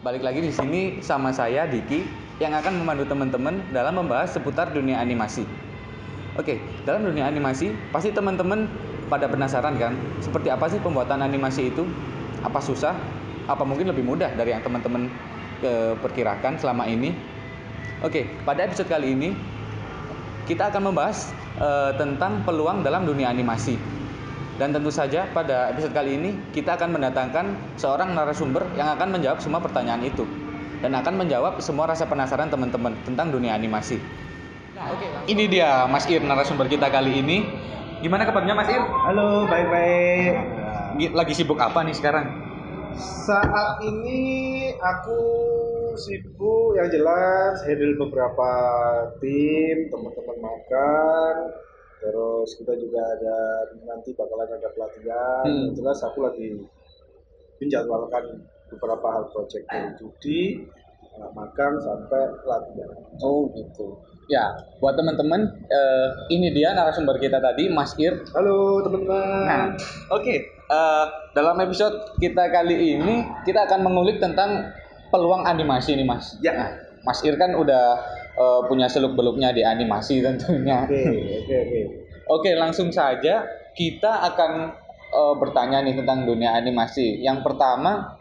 Balik lagi di sini sama saya Diki yang akan memandu teman-teman dalam membahas seputar dunia animasi. Oke, dalam dunia animasi pasti teman-teman pada penasaran kan, seperti apa sih pembuatan animasi itu? Apa susah? Apa mungkin lebih mudah dari yang teman-teman perkirakan selama ini? Oke, pada episode kali ini kita akan membahas tentang peluang dalam dunia animasi. Dan tentu saja pada episode kali ini kita akan mendatangkan seorang narasumber yang akan menjawab semua pertanyaan itu dan akan menjawab semua rasa penasaran teman-teman tentang dunia animasi. Nah, ini dia Mas Ir, narasumber kita kali ini. Gimana kabarnya Mas Ir? Halo, baik-baik. Lagi sibuk apa nih sekarang? Saat ini aku sibuk yang jelas handle beberapa tim, teman-teman magang. Terus kita juga ada nanti bakalan ada pelatihan. Yang jelas aku lagi menjadwalkan beberapa hal proyek dari judi, magang sampai pelatihan. Oh gitu. Ya, buat teman-teman, ini dia narasumber kita tadi, Mas Ir. Halo teman-teman. Nah, oke. Dalam episode kita kali ini kita akan mengulik tentang peluang animasi nih Mas. Ya. Nah, Mas Ir kan udah punya seluk-beluknya di animasi tentunya. Oke. Oke, langsung saja kita akan bertanya nih tentang dunia animasi. Yang pertama,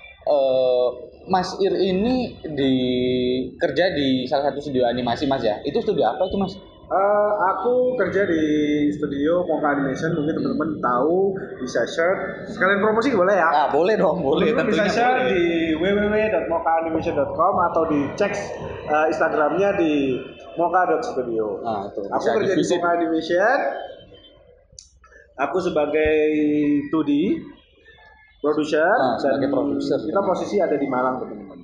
Mas Ir ini kerja di salah satu studio animasi Mas ya. Itu studio apa itu Mas? Aku kerja di studio Mocha Animation, mungkin teman-teman tahu, bisa share. Sekalian promosi boleh ya? Ah, boleh dong, boleh. Teman-teman bisa share di www.mochaanimation.com atau dicek Instagramnya di mocha.studio. Aku kerja di Mocha Animation. Aku sebagai 2D produser sebagai produser. Kita posisi ada di Malang, teman-teman.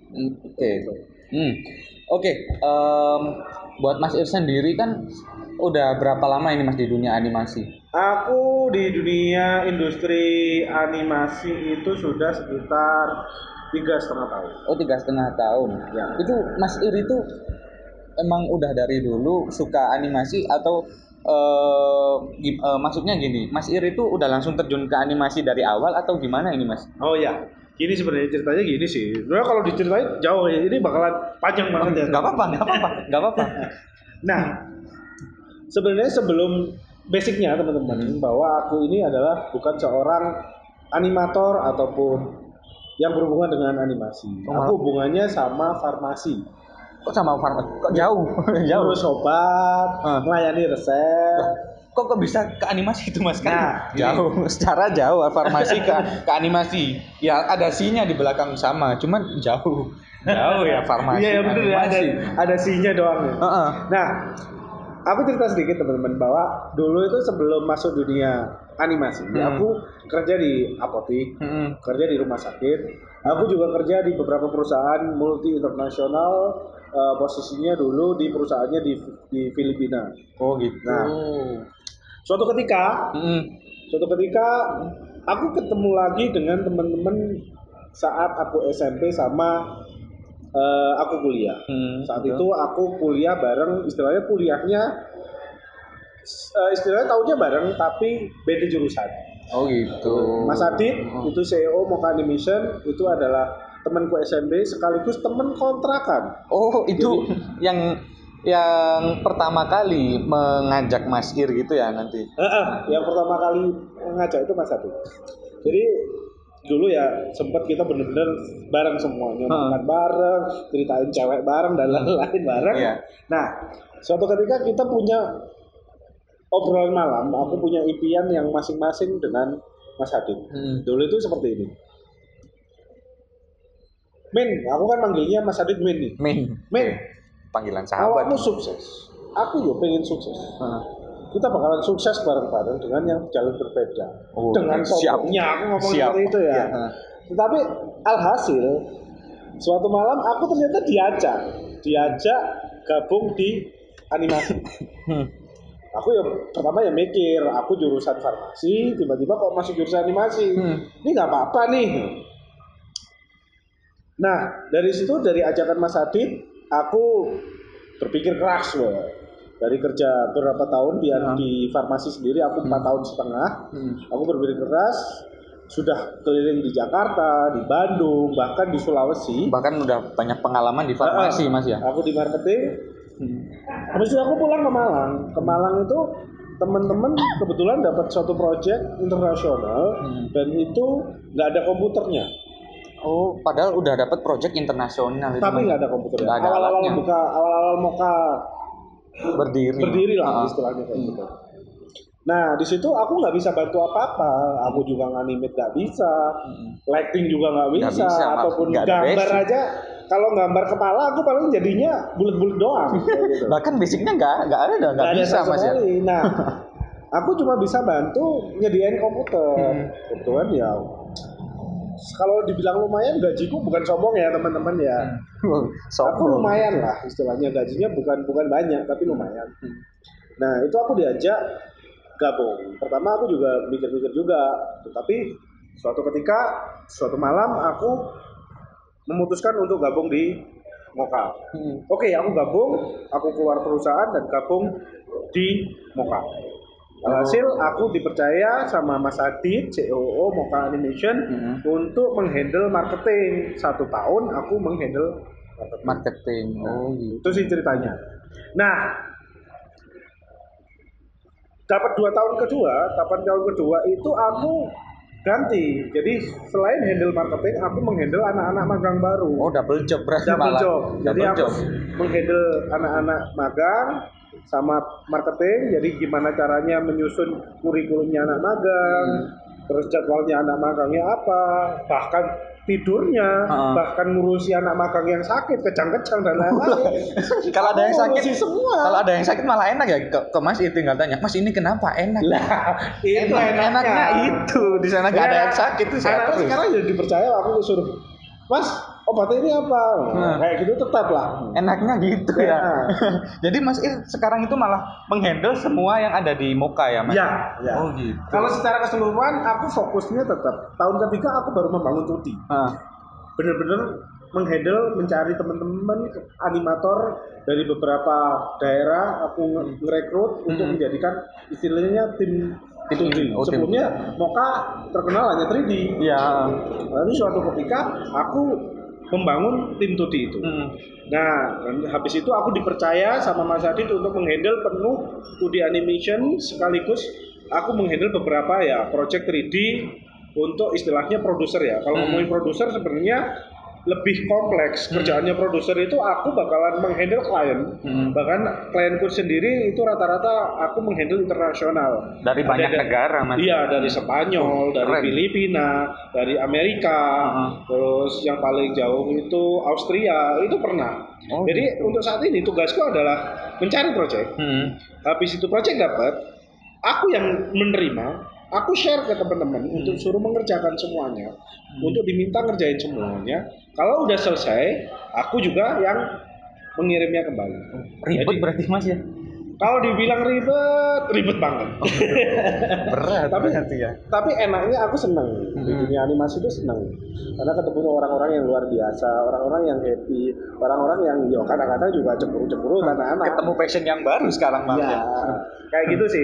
Oke. Buat Mas Ir sendiri kan udah berapa lama ini Mas di dunia animasi? Aku di dunia industri animasi itu sudah sekitar 3,5 tahun. Oh, 3,5 tahun. Ya. Itu Mas Ir itu emang udah dari dulu suka animasi atau maksudnya gini, Mas Ir itu udah langsung terjun ke animasi dari awal atau gimana ini Mas? Oh ya, gini sebenarnya ceritanya gini sih. Sebenarnya kalau diceritain jauh ya, ini bakalan panjang banget ya. Gak apa-apa. Nah, sebenarnya sebelum basicnya teman-teman, bahwa aku ini adalah bukan seorang animator ataupun yang berhubungan dengan animasi. Aku hubungannya sama farmasi. Kok sama farmasi? Kok jauh? Ngurus obat, melayani resep. Kok bisa ke animasi itu Mas? Nah, jauh. Secara jauh farmasi ke animasi. Ya ada C-nya di belakang sama, cuman jauh. Jauh ya farmasi. Iya benar ya, ada C-nya doang ya. Nah, aku cerita sedikit teman-teman bahwa dulu itu sebelum masuk dunia animasi, aku kerja di apotik, kerja di rumah sakit. Aku juga kerja di beberapa perusahaan multi internasional. Posisinya dulu di perusahaannya di Filipina. Oh gitu. Nah, suatu ketika aku ketemu lagi dengan teman-teman saat aku SMP sama aku kuliah. Saat itu aku kuliah bareng, istilahnya tahunnya bareng tapi beda jurusan. Oh gitu. Mas Adit itu CEO Mocha Animation, itu adalah temanku SMP sekaligus teman kontrakan. Oh itu jadi, yang pertama kali mengajak Mas Ir gitu ya nanti? Yang pertama kali mengajak itu Mas Adit. Jadi dulu ya sempat kita benar-benar bareng semuanya, makan bareng, ceritain cewek bareng dan lain-lain bareng. Nah, suatu ketika kita punya obrolan malam, aku punya impian yang masing-masing dengan Mas Adit. Dulu itu seperti ini. Min, aku kan manggilnya Mas Adit Min nih. Min. Panggilan sahabat. Awakmu sukses. Aku juga pengen sukses. Kita bakalan sukses bareng-bareng dengan yang jalan berbeda. Dengan sombongnya aku ngomong seperti itu ya. Tetapi alhasil suatu malam aku ternyata diajak gabung di animasi. Aku ya pertama ya mikir, aku jurusan farmasi, tiba-tiba kok masuk jurusan animasi. Ini nggak apa-apa nih. Nah, dari situ, dari ajakan Mas Adit, aku berpikir keras loh. Dari kerja beberapa tahun di farmasi sendiri, aku 4 tahun setengah. Aku berpikir keras, sudah keliling di Jakarta, di Bandung, bahkan di Sulawesi. Bahkan udah banyak pengalaman di farmasi, Mas ya. Aku di marketing. Habis itu aku pulang ke Malang. Ke Malang itu teman-teman kebetulan dapat suatu project internasional dan itu nggak ada komputernya. Oh, padahal udah dapat project internasional itu. Tapi nggak ada komputernya. Nggak ada alatnya. Awal-awal Moka berdiri lah istilahnya kayak gitu. Nah di situ aku nggak bisa bantu apa-apa. Aku juga nganimate nggak bisa, lighting juga nggak bisa, ataupun gambar aja. Kalau gambar kepala aku paling jadinya bulat-bulat doang. Gitu. Bahkan basicnya nggak bisa Mas ya. Nah, aku cuma bisa bantu nyediain komputer. Kebetulan ya, kalau dibilang lumayan gajiku bukan sombong ya teman-teman ya. Aku lumayan lah istilahnya, gajinya bukan banyak tapi lumayan. Nah itu aku diajak gabung. Pertama aku juga mikir-mikir juga, tetapi suatu malam aku memutuskan untuk gabung di Moka. Oke, aku gabung, aku keluar perusahaan dan gabung di Moka. Alhasil aku dipercaya sama Mas Adit, COO Moka Animation untuk menghandle marketing. 1 tahun aku menghandle marketing. Oh, gitu. Itu sih ceritanya. Nah, dapat 2 tahun kedua itu aku ganti. Jadi selain handle marketing, aku menghandle anak-anak magang baru. Oh, double job berarti malah. Jadi aku menghandle anak-anak magang sama marketing. Jadi gimana caranya menyusun kurikulumnya anak magang, terus jadwalnya anak magangnya apa, bahkan tidurnya, bahkan ngurusi anak magang yang sakit, kejang-kejang dan lain-lain. Kalau ada yang sakit semua. Kalau ada yang sakit malah enak ya ke Mas itu tinggal tanya, Mas ini kenapa enak? Lah, itu enaknya itu di sana nggak ada yang sakit tuh sehat terus. Sekarang jadi dipercaya aku suruh, Mas obatnya ini apa? Kayak gitu tetap lah. Enaknya gitu ya. Jadi Mas sekarang itu malah menghandle semua yang ada di Moka ya Mas? Ya. Oh gitu. Kalau secara keseluruhan aku fokusnya tetap tahun ketiga aku baru membangun Tudi. Bener-bener menghandle, mencari teman-teman animator dari beberapa daerah, aku ngerekrut untuk menjadikan istilahnya tim 3D. Sebelumnya Moka terkenal hanya 3D. Iya. Lalu suatu ketika aku membangun tim 2D itu. Nah, habis itu aku dipercaya sama Mas Adit untuk menghandle penuh 2D animation, sekaligus aku menghandle beberapa ya project 3D untuk istilahnya produser ya. Kalau ngomongin produser sebenarnya lebih kompleks. Kerjaannya produser itu aku bakalan menghandle klien. Bahkan klienku sendiri itu rata-rata aku menghandle internasional. Dari banyak negara Mas. Iya, dari Spanyol, dari Filipina, dari Amerika, terus yang paling jauh itu Austria, itu pernah. Jadi untuk saat ini tugasku adalah mencari project. Habis itu project dapat, aku yang menerima, aku share ke teman-teman untuk suruh mengerjakan semuanya, untuk diminta ngerjain semuanya. Kalau udah selesai, aku juga yang mengirimnya kembali. Ribet. Jadi, berarti Mas ya? Kalau dibilang ribet banget. Berat. Tapi enaknya aku seneng. Di dunia animasi itu seneng. Karena ketemu orang-orang yang luar biasa, orang-orang yang happy, orang-orang yang kadang-kadang juga cemburu-cemburu anak-anak. Ketemu passion yang baru sekarang Mas ya. Kayak gitu sih.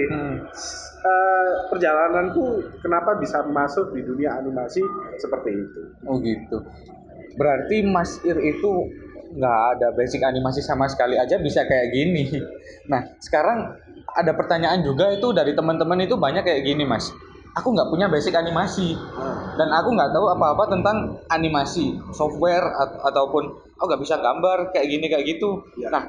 Perjalananku kenapa bisa masuk di dunia animasi seperti itu. Oh gitu. Berarti Mas itu nggak ada basic animasi sama sekali aja bisa kayak gini. Nah sekarang ada pertanyaan juga itu dari teman-teman itu banyak kayak gini Mas. Aku nggak punya basic animasi dan aku nggak tahu apa-apa tentang animasi software ataupun nggak bisa gambar kayak gini kayak gitu. Nah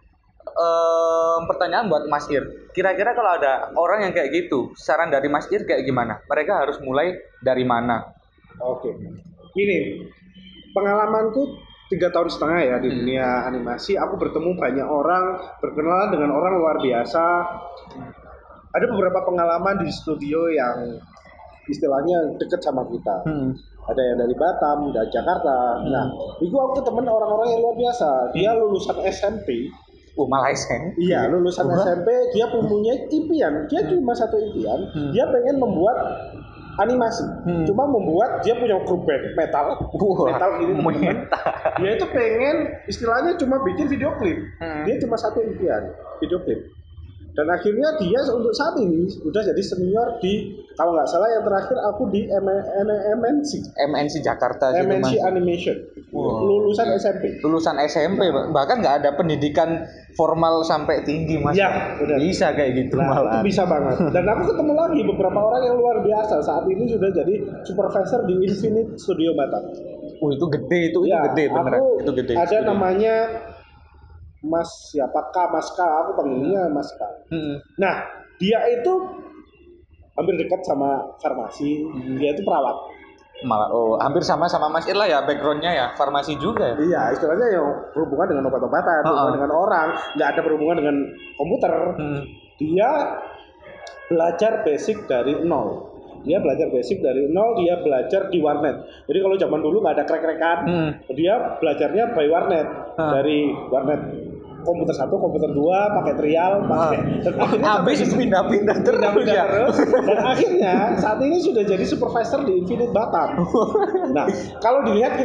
pertanyaan buat Mas kira-kira kalau ada orang yang kayak gitu, saran dari Mas kayak gimana? Mereka harus mulai dari mana? Oke, gini, pengalamanku 3,5 tahun ya di dunia animasi. Aku bertemu banyak orang, berkenalan dengan orang luar biasa. Ada beberapa pengalaman di studio yang istilahnya deket sama kita. Ada yang dari Batam, dari Jakarta. Nah, itu aku ketemu orang-orang yang luar biasa. Dia lulusan SMP. Malah SMP. Iya, lulusan SMP, dia punya impian. Dia cuma satu impian. Dia pengen membuat animasi. Cuma membuat dia punya grup band metal gini teman-teman. Dia itu pengen istilahnya cuma bikin video klip. Dia cuma satu impian, video klip. Dan akhirnya dia untuk saat ini udah jadi senior di, kalau nggak salah yang terakhir aku di MNC Jakarta gitu, MNC Animation. Lulusan SMP. Lulusan SMP, bahkan nggak ada pendidikan formal sampai tinggi Mas. Ya, benar. Bisa kayak gitu malah. Itu bisa banget. Dan aku ketemu lagi beberapa orang yang luar biasa saat ini sudah jadi supervisor di Infinite Studio Batam. Itu gede, itu gede beneran. Itu gede. Ada studio. Namanya Mas siapakah Mas K, aku panggilnya Mas K. Nah, dia itu hampir dekat sama farmasi, dia itu perawat. Malah hampir sama Mas Ir lah ya, backgroundnya ya farmasi juga ya. Iya, istilahnya yang berhubungan dengan obat-obatan, berhubungan dengan orang, nggak ada berhubungan dengan komputer. Dia belajar basic dari nol. Dia belajar di warnet. Jadi kalau zaman dulu nggak ada krek-krekan, dia belajarnya by warnet. Dari warnet komputer 1, komputer 2, pakai trial, dan akhirnya habis pindah-pindah terus. Dan akhirnya saat ini sudah jadi supervisor di Infinite Batam. Nah, kalau dilihat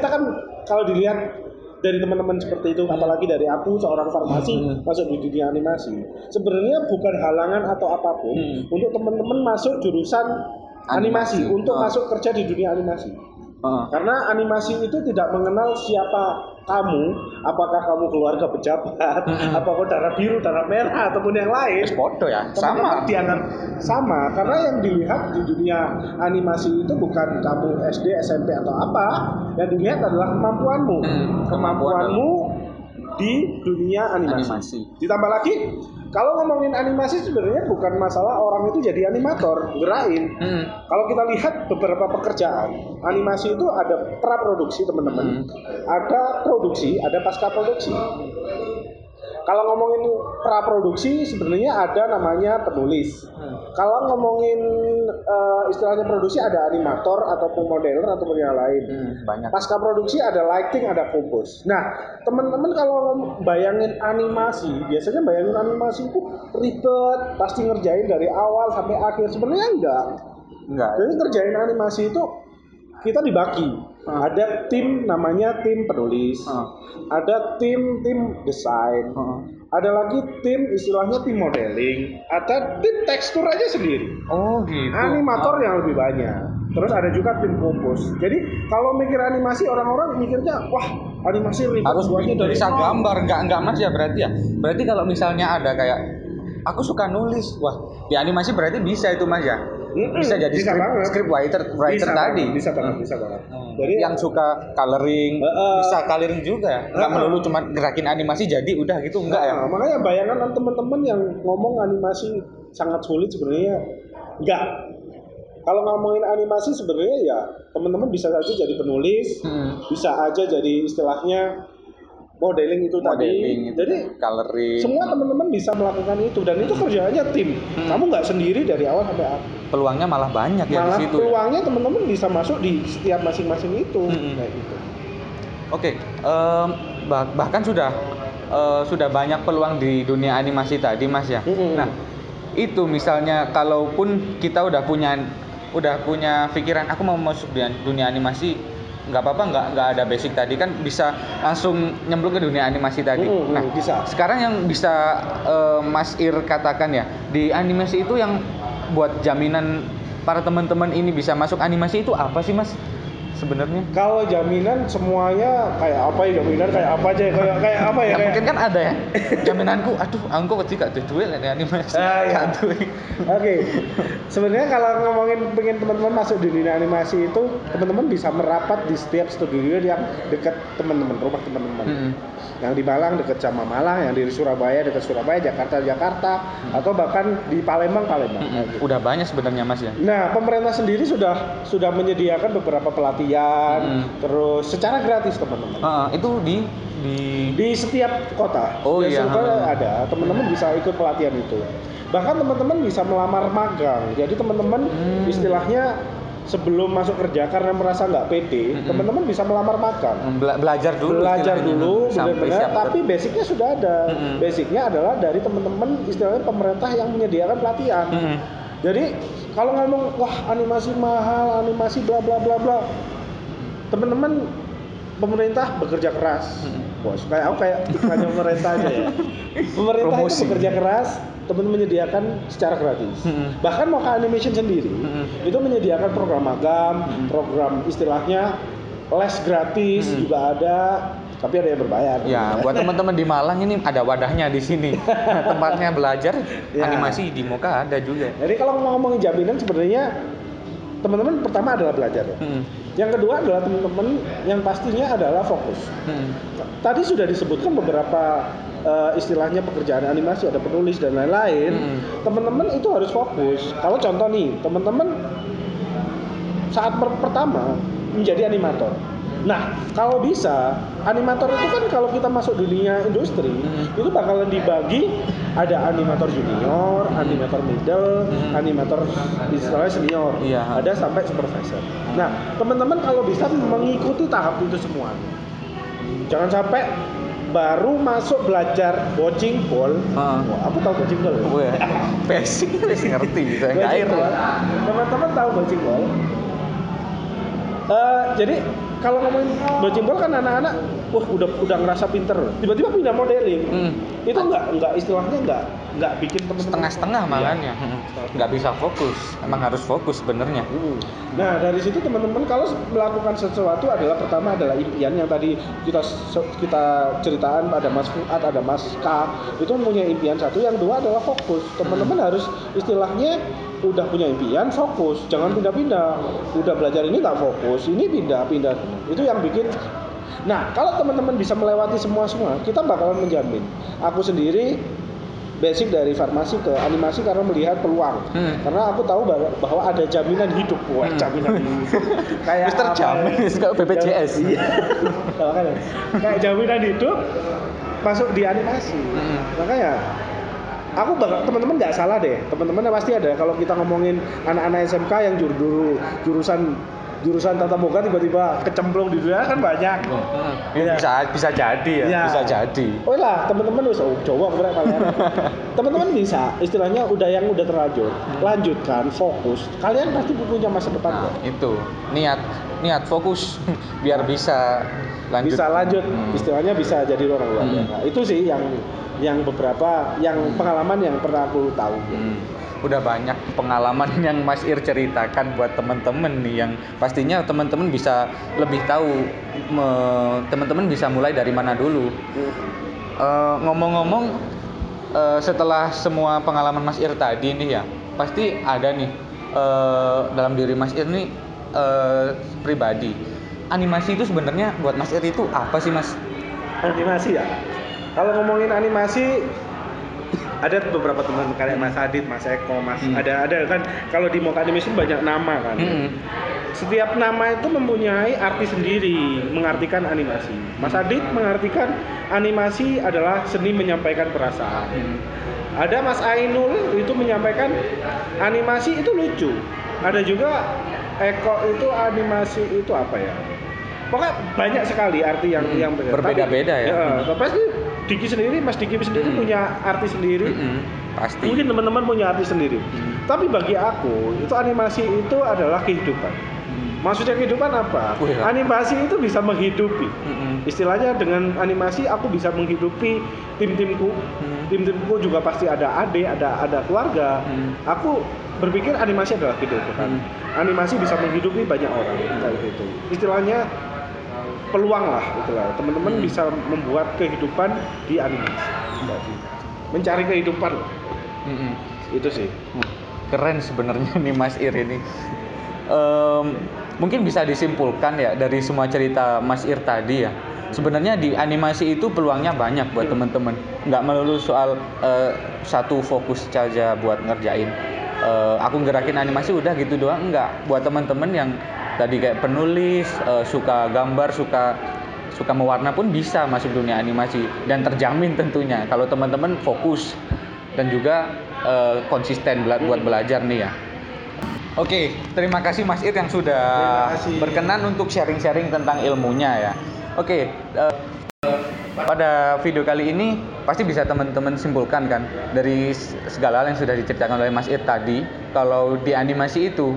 dari teman-teman seperti itu, apalagi dari aku seorang farmasi masuk di dunia animasi, sebenarnya bukan halangan atau apapun untuk teman-teman masuk jurusan animasi untuk masuk kerja di dunia animasi. Karena animasi itu tidak mengenal siapa kamu, apakah kamu keluarga pejabat, apakah darah biru, darah merah, ataupun yang lain. Foto ya, sama. Dianggap sama, karena yang dilihat di dunia animasi itu bukan kamu SD, SMP atau apa, yang dilihat adalah kemampuanmu di dunia animasi. Ditambah lagi, kalau ngomongin animasi sebenarnya bukan masalah orang itu jadi animator, gerain. Kalau kita lihat beberapa pekerjaan, animasi itu ada praproduksi teman-teman, ada produksi, ada pasca produksi. Kalau ngomongin praproduksi sebenarnya ada namanya penulis. Kalau ngomongin istilahnya produksi ada animator ataupun modeler ataupun yang lain. Banyak. Pasca produksi ada lighting, ada compose. Nah, teman-teman kalau bayangin animasi, biasanya bayangin animasi itu ribet, pasti ngerjain dari awal sampai akhir. Sebenarnya enggak. Jadi ngerjain animasi itu kita dibagi. Ada tim namanya tim penulis, ada tim desain, ada lagi tim istilahnya tim modeling, ada tim tekstur aja sendiri. Gitu. Animator yang lebih banyak. Terus ada juga tim kompos. Jadi kalau mikir animasi orang-orang mikirnya wah animasi ribet, harus bisa gambar, enggak Mas ya berarti ya. Berarti kalau misalnya ada kayak aku suka nulis, wah di animasi berarti bisa itu Mas ya. Bisa jadi script writer tadi. Bisa banget. Jadi yang suka coloring, bisa coloring juga. Enggak melulu cuma gerakin animasi jadi udah gitu, enggak ya. Makanya bayangan teman-teman yang ngomong animasi sangat sulit sebenarnya enggak. Kalau ngomongin animasi sebenarnya ya teman-teman bisa saja jadi penulis, bisa aja jadi istilahnya modeling itu tadi. Jadi coloring. Semua teman-teman bisa melakukan itu dan itu kerjaannya tim. Kamu nggak sendiri dari awal sampai akhir. Peluangnya malah banyak ya di situ. Peluangnya teman-teman bisa masuk di setiap masing-masing itu kayak gitu. Oke, bahkan sudah banyak peluang di dunia animasi tadi Mas ya. Nah, itu misalnya kalaupun kita udah punya pikiran aku mau masuk di dunia animasi, nggak apa-apa nggak ada basic tadi kan bisa langsung nyemplung ke dunia animasi tadi. Nah, bisa. Sekarang yang bisa Mas Ir katakan ya, di animasi itu yang buat jaminan para teman-teman ini bisa masuk animasi itu apa sih Mas? Sebenarnya kalau jaminan semuanya kayak apa ya, jaminan kayak apa aja kayak apa ya, mungkin kan ada ya jaminanku aku pasti gak ada duit lah animasi. Oke. Sebenarnya kalau ngomongin pengen teman-teman masuk di dunia animasi itu teman-teman bisa merapat di setiap studio yang dekat teman-teman, rumah teman-teman. Yang di Malang dekat sama Malang, yang di Surabaya dekat Surabaya, Jakarta, atau bahkan di Palembang. Gitu. Udah banyak sebenarnya Mas ya. Nah, pemerintah sendiri sudah menyediakan beberapa pelatihan terus secara gratis teman-teman. Itu di setiap kota. Setiap kota ada, teman-teman bisa ikut pelatihan itu. Bahkan teman-teman bisa melamar magang. Jadi teman-teman istilahnya sebelum masuk kerja karena merasa nggak pede, teman-teman bisa melamar magang. Belajar dulu benar-benar. Tapi basicnya sudah ada. Basicnya adalah dari teman-teman istilahnya pemerintah yang menyediakan pelatihan. Jadi kalau ngomong wah animasi mahal, animasi bla bla bla bla, teman-teman pemerintah bekerja keras. Bos, kayak iklannya pemerintah aja ya. Pemerintah itu bekerja keras, teman menyediakan secara gratis. Bahkan Mocha Animation sendiri itu menyediakan program magang, program istilahnya les gratis juga ada, tapi ada yang berbayar. Ya, buat teman-teman di Malang ini ada wadahnya di sini. Tempatnya belajar animasi di Mocha ada juga. Jadi kalau ngomongin jaminan sebenarnya teman-teman pertama adalah belajar ya. Yang kedua adalah teman-teman yang pastinya adalah fokus. Tadi sudah disebutkan beberapa istilahnya pekerjaan animasi, ada penulis dan lain-lain. Teman-teman itu harus fokus. Kalau contoh nih, teman-teman saat pertama menjadi animator. Nah, kalau bisa, animator itu kan kalau kita masuk dunia industri, itu bakalan dibagi ada animator junior, animator middle, animator istilahnya senior, ada sampai supervisor. Nah, teman-teman kalau bisa mengikuti tahap itu semua. Jangan sampai baru masuk belajar bocing ball. Aku tahu bocing ball. Basic ngerti, saya nggak air. Teman-teman tahu bocing ball? Jadi kalau ngomongin bocing ball kan anak-anak, udah ngerasa pinter, tiba-tiba pindah modeling, itu nggak istilahnya nggak bikin teman-teman setengah-setengah malahnya, nggak bisa fokus, emang harus fokus sebenarnya. Nah dari situ teman-teman kalau melakukan sesuatu adalah pertama adalah impian yang tadi kita ceritaan, ada Mas Fuad, ada Mas K, itu punya impian satu, yang dua adalah fokus. Teman-teman harus istilahnya udah punya impian, fokus, jangan pindah-pindah. Udah belajar ini nggak fokus, ini pindah-pindah. Itu yang bikin. Nah, kalau teman-teman bisa melewati semua, kita bakalan menjamin. Aku sendiri basic dari farmasi ke animasi karena melihat peluang. Karena aku tahu bahwa ada jaminan hidup. Jaminan hidup. Kayak Mister Jamin, kayak BPJS. Iya. Kayak jaminan hidup masuk di animasi. Makanya aku teman-teman nggak salah deh, teman-teman pasti ada. Kalau kita ngomongin anak-anak SMK yang jurusan tata muka tiba-tiba kecemplung di dunia kan banyak. Bisa jadi ya. Bisa jadi. Oh lah, teman-teman coba kalian. Teman-teman bisa, istilahnya udah terlanjur, lanjutkan, fokus. Kalian pasti punya masa depan kok. Itu niat fokus biar bisa lanjut. Bisa lanjut, istilahnya bisa jadi orang luar biasa. Itu sih yang beberapa pengalaman yang pernah aku tahu. Udah banyak pengalaman yang Mas Ir ceritakan buat teman-teman nih, yang pastinya teman-teman bisa lebih tahu teman-teman bisa mulai dari mana dulu. Ngomong-ngomong, setelah semua pengalaman Mas Ir tadi nih ya, pasti ada nih dalam diri Mas Ir nih pribadi. Animasi itu sebenarnya buat Mas Ir itu apa sih, Mas? Animasi ya. Kalau ngomongin animasi, ada beberapa teman kayak Mas Adit, Mas Eko, ada kan. Kalau di Mocha Animation banyak nama kan. Setiap nama itu mempunyai arti sendiri mengartikan animasi. Mas Adit mengartikan animasi adalah seni menyampaikan perasaan. Ada Mas Ainul itu menyampaikan animasi itu lucu. Ada juga Eko itu animasi itu apa ya? Pokoknya banyak sekali arti yang berbeda-beda ya. Pasti Mas Diki sendiri punya arti sendiri. Pasti. Mungkin teman-teman punya arti sendiri. Tapi bagi aku itu animasi itu adalah kehidupan. Maksudnya kehidupan apa? Animasi itu bisa menghidupi. Istilahnya dengan animasi aku bisa menghidupi tim-timku. Tim-timku juga pasti ada adik, ada keluarga. Aku berpikir animasi adalah kehidupan. Animasi bisa menghidupi banyak orang kayak gitu. Istilahnya peluang lah itulah. Teman-teman bisa membuat kehidupan di animasi. Mencari kehidupan. Itu sih. Keren sebenarnya nih Mas Ir ini. Mungkin bisa disimpulkan ya dari semua cerita Mas Ir tadi ya. Sebenarnya di animasi itu peluangnya banyak buat teman-teman. Nggak melulu soal satu fokus saja buat ngerjain. Aku gerakin animasi udah gitu doang, enggak. Buat teman-teman yang tadi kayak penulis, suka gambar, suka mewarna pun bisa masuk dunia animasi, dan terjamin tentunya kalau teman-teman fokus dan juga konsisten buat belajar nih ya. Oke, terima kasih Mas Ir yang sudah berkenan untuk sharing-sharing tentang ilmunya ya. Oke, pada video kali ini pasti bisa teman-teman simpulkan kan dari segala hal yang sudah diceritakan oleh Mas Ir tadi, kalau di animasi itu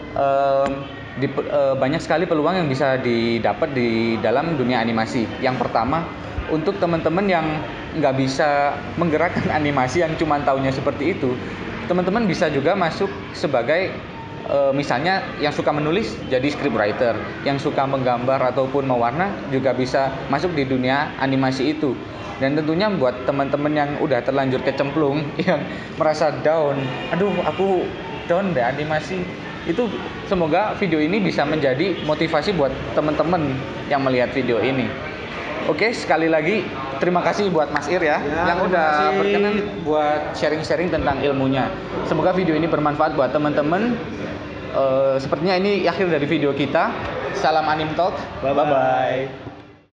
banyak sekali peluang yang bisa didapat di dalam dunia animasi. Yang pertama, untuk teman-teman yang nggak bisa menggerakkan animasi yang cuma taunya seperti itu, teman-teman bisa juga masuk sebagai misalnya yang suka menulis jadi scriptwriter, yang suka menggambar ataupun mewarna juga bisa masuk di dunia animasi itu. Dan tentunya buat teman-teman yang udah terlanjur kecemplung, yang merasa down, aduh aku down deh animasi, itu semoga video ini bisa menjadi motivasi buat teman-teman yang melihat video ini. Oke, sekali lagi terima kasih buat Mas Ir ya yang udah berkenan buat sharing-sharing tentang ilmunya. Semoga video ini bermanfaat buat teman-teman. Sepertinya ini akhir dari video kita. Salam Anim Talk. Bye bye.